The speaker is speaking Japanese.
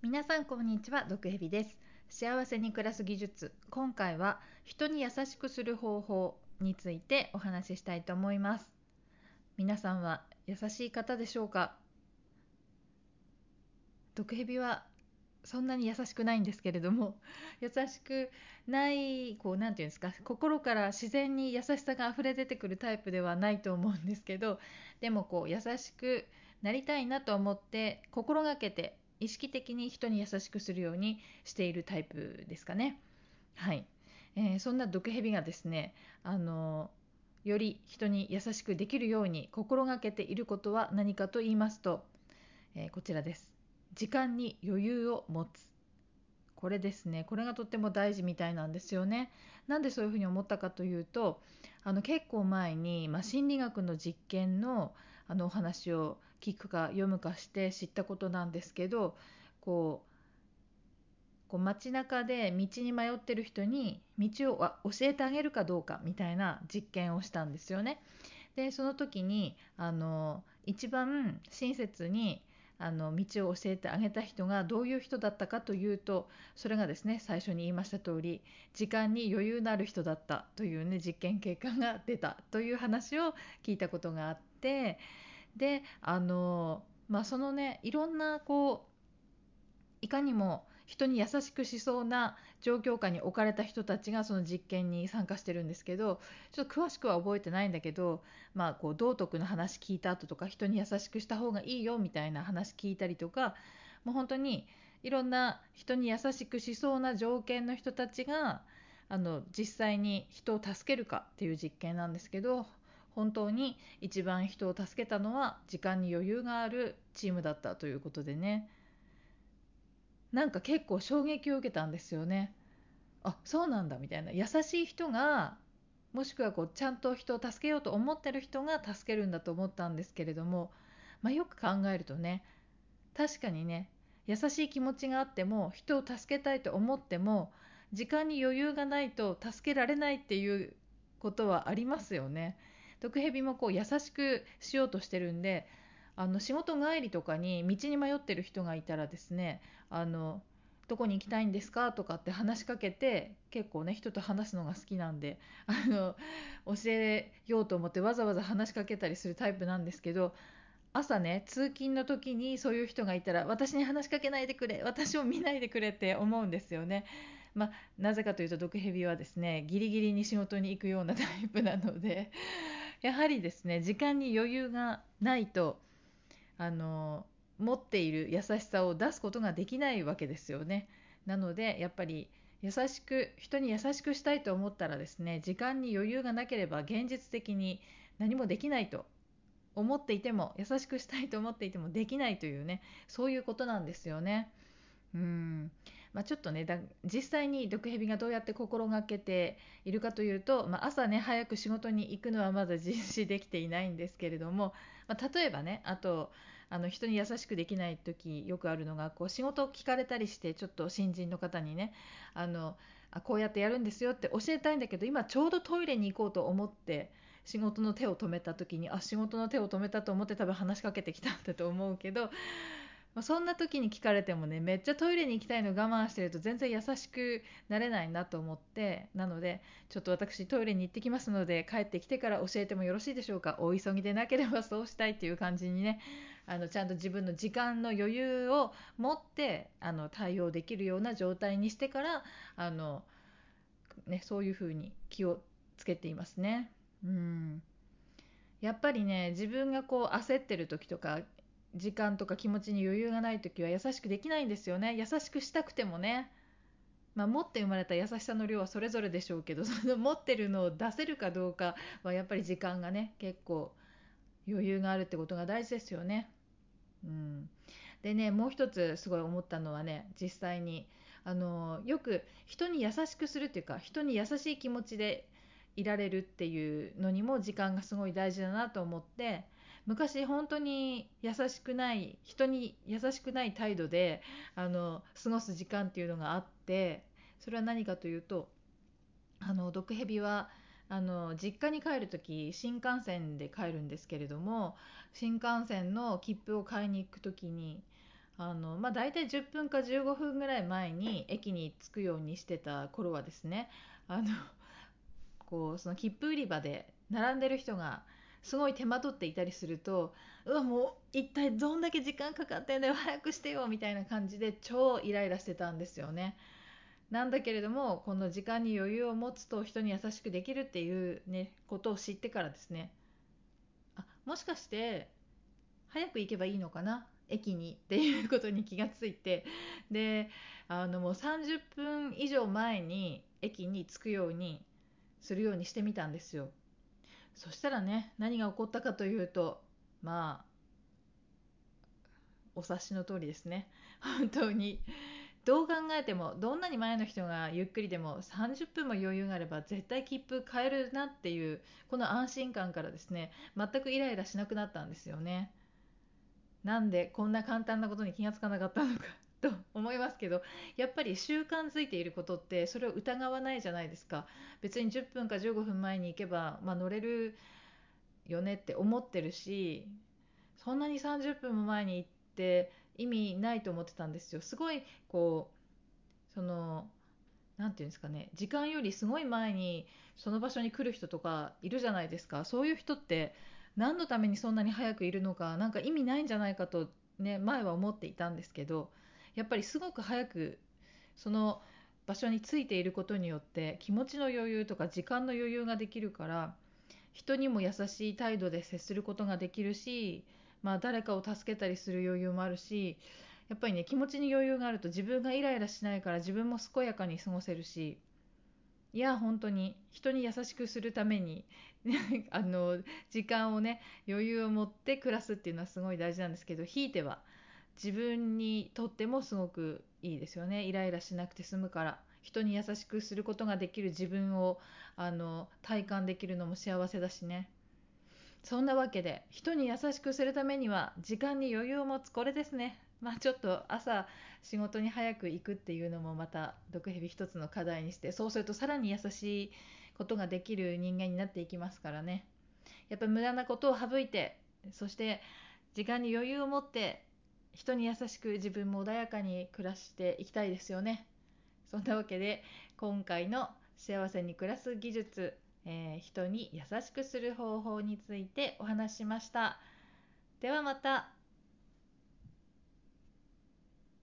皆さんこんにちは、毒蛇です。幸せに暮らす技術、今回は人に優しくする方法についてお話ししたいと思います。皆さんは優しい方でしょうか？毒蛇はそんなに優しくないんですけれども、優しくない、なんていうんですか、心から自然に優しさが溢れ出てくるタイプではないと思うんですけど、でも優しくなりたいなと思って心がけて意識的に人に優しくするようにしているタイプですかね。はい。そんな毒蛇がですね、より人に優しくできるように心がけていることは何かと言いますと、こちらです。時間に余裕を持つ。これですね。これがとっても大事みたいなんですよね。なんでそういうふうに思ったかというと、結構前に、心理学の実験のお話を聞くか読むかして知ったことなんですけど、こ街中で道に迷ってる人に道を教えてあげるかどうかみたいな実験をしたんですよね。でその時に一番親切に道を教えてあげた人がどういう人だったかというと、それがですね、最初に言いました通り時間に余裕のある人だったというね、実験結果が出たという話を聞いたことがあって、でそのね、いろんないかにも人に優しくしそうな状況下に置かれた人たちがその実験に参加してるんですけど、ちょっと詳しくは覚えてないんだけど、道徳の話聞いた後とか、人に優しくした方がいいよみたいな話聞いたりとか、もう本当にいろんな人に優しくしそうな条件の人たちが実際に人を助けるかっていう実験なんですけど、本当に一番人を助けたのは時間に余裕があるチームだったということでね、なんか結構衝撃を受けたんですよね。あ、そうなんだみたいな。優しい人が、もしくはちゃんと人を助けようと思ってる人が助けるんだと思ったんですけれども、よく考えるとね、確かにね、優しい気持ちがあっても人を助けたいと思っても時間に余裕がないと助けられないっていうことはありますよね。毒蛇も優しくしようとしてるんで、仕事帰りとかに道に迷ってる人がいたらですね、どこに行きたいんですかとかって話しかけて、結構ね、人と話すのが好きなんで教えようと思ってわざわざ話しかけたりするタイプなんですけど、朝ね、通勤の時にそういう人がいたら、私に話しかけないでくれ、私を見ないでくれって思うんですよね。なぜかというと、毒蛇はですね、ギリギリに仕事に行くようなタイプなので、やはりですね、時間に余裕がないと持っている優しさを出すことができないわけですよね。なのでやっぱり人に優しくしたいと思ったらですね、時間に余裕がなければ現実的に何もできないと思っていても、優しくしたいと思っていてもできないというね、そういうことなんですよね。うん。ちょっとね、実際に毒蛇がどうやって心がけているかというと、朝ね早く仕事に行くのはまだ実施できていないんですけれども、例えばね、あと人に優しくできない時よくあるのが、仕事を聞かれたりして、ちょっと新人の方にね、こうやってやるんですよって教えたいんだけど、今ちょうどトイレに行こうと思って仕事の手を止めた時に、仕事の手を止めたと思って多分話しかけてきたんだと思うけど、そんな時に聞かれてもね、めっちゃトイレに行きたいの我慢してると全然優しくなれないなと思って、なのでちょっと私トイレに行ってきますので帰ってきてから教えてもよろしいでしょうか、お急ぎでなければそうしたいっていう感じにね、ちゃんと自分の時間の余裕を持って対応できるような状態にしてからそういうふうに気をつけていますね。うん。やっぱりね、自分が焦ってる時とか、時間とか気持ちに余裕がない時は優しくできないんですよね。優しくしたくてもね、持って生まれた優しさの量はそれぞれでしょうけど、その持ってるのを出せるかどうかはやっぱり時間がね、結構余裕があるってことが大事ですよね。うん。でね、もう一つすごい思ったのはね、実際によく人に優しくするっていうか、人に優しい気持ちでいられるっていうのにも時間がすごい大事だなと思って、昔本当に人に優しくない態度で過ごす時間っていうのがあって、それは何かというと、毒蛇は実家に帰るとき新幹線で帰るんですけれども、新幹線の切符を買いに行くときに大体10分か15分ぐらい前に駅に着くようにしてた頃はですね、あのその切符売り場で並んでる人がすごい手間取っていたりすると、うわもう一体どんだけ時間かかってんだよ早くしてよみたいな感じで超イライラしてたんですよね。なんだけれども、この時間に余裕を持つと人に優しくできるっていうねことを知ってからですね、もしかして早く行けばいいのかな駅にっていうことに気がついて、でもう30分以上前に駅に着くようにするようにしてみたんですよ。そしたらね、何が起こったかというと、まあお察しの通りですね。本当にどう考えても、どんなに前の人がゆっくりでも30分も余裕があれば絶対切符買えるなっていうこの安心感からですね、全くイライラしなくなったんですよね。なんでこんな簡単なことに気がつかなかったのかと思いますけど、やっぱり習慣づいていることってそれを疑わないじゃないですか。別に10分か15分前に行けば、乗れるよねって思ってるし、そんなに30分も前に行って意味ないと思ってたんですよ。すごいそのなんていうんですかね、時間よりすごい前にその場所に来る人とかいるじゃないですか。そういう人って何のためにそんなに早くいるのか、なんか意味ないんじゃないかとね、前は思っていたんですけど、やっぱりすごく早くその場所についていることによって気持ちの余裕とか時間の余裕ができるから、人にも優しい態度で接することができるし、誰かを助けたりする余裕もあるし、やっぱりね、気持ちに余裕があると自分がイライラしないから自分も健やかに過ごせるし、いや本当に人に優しくするために時間をね、余裕を持って暮らすっていうのはすごい大事なんですけど、ひいては自分にとってもすごくいいですよね。イライラしなくて済むから、人に優しくすることができる自分を体感できるのも幸せだしね。そんなわけで、人に優しくするためには時間に余裕を持つ、これですね。ちょっと朝仕事に早く行くっていうのもまた毒蛇一つの課題にして、そうするとさらに優しいことができる人間になっていきますからね。やっぱり無駄なことを省いて、そして時間に余裕を持って人に優しく自分も穏やかに暮らしていきたいですよね。そんなわけで今回の幸せに暮らす技術、人に優しくする方法についてお話ししました。ではまた。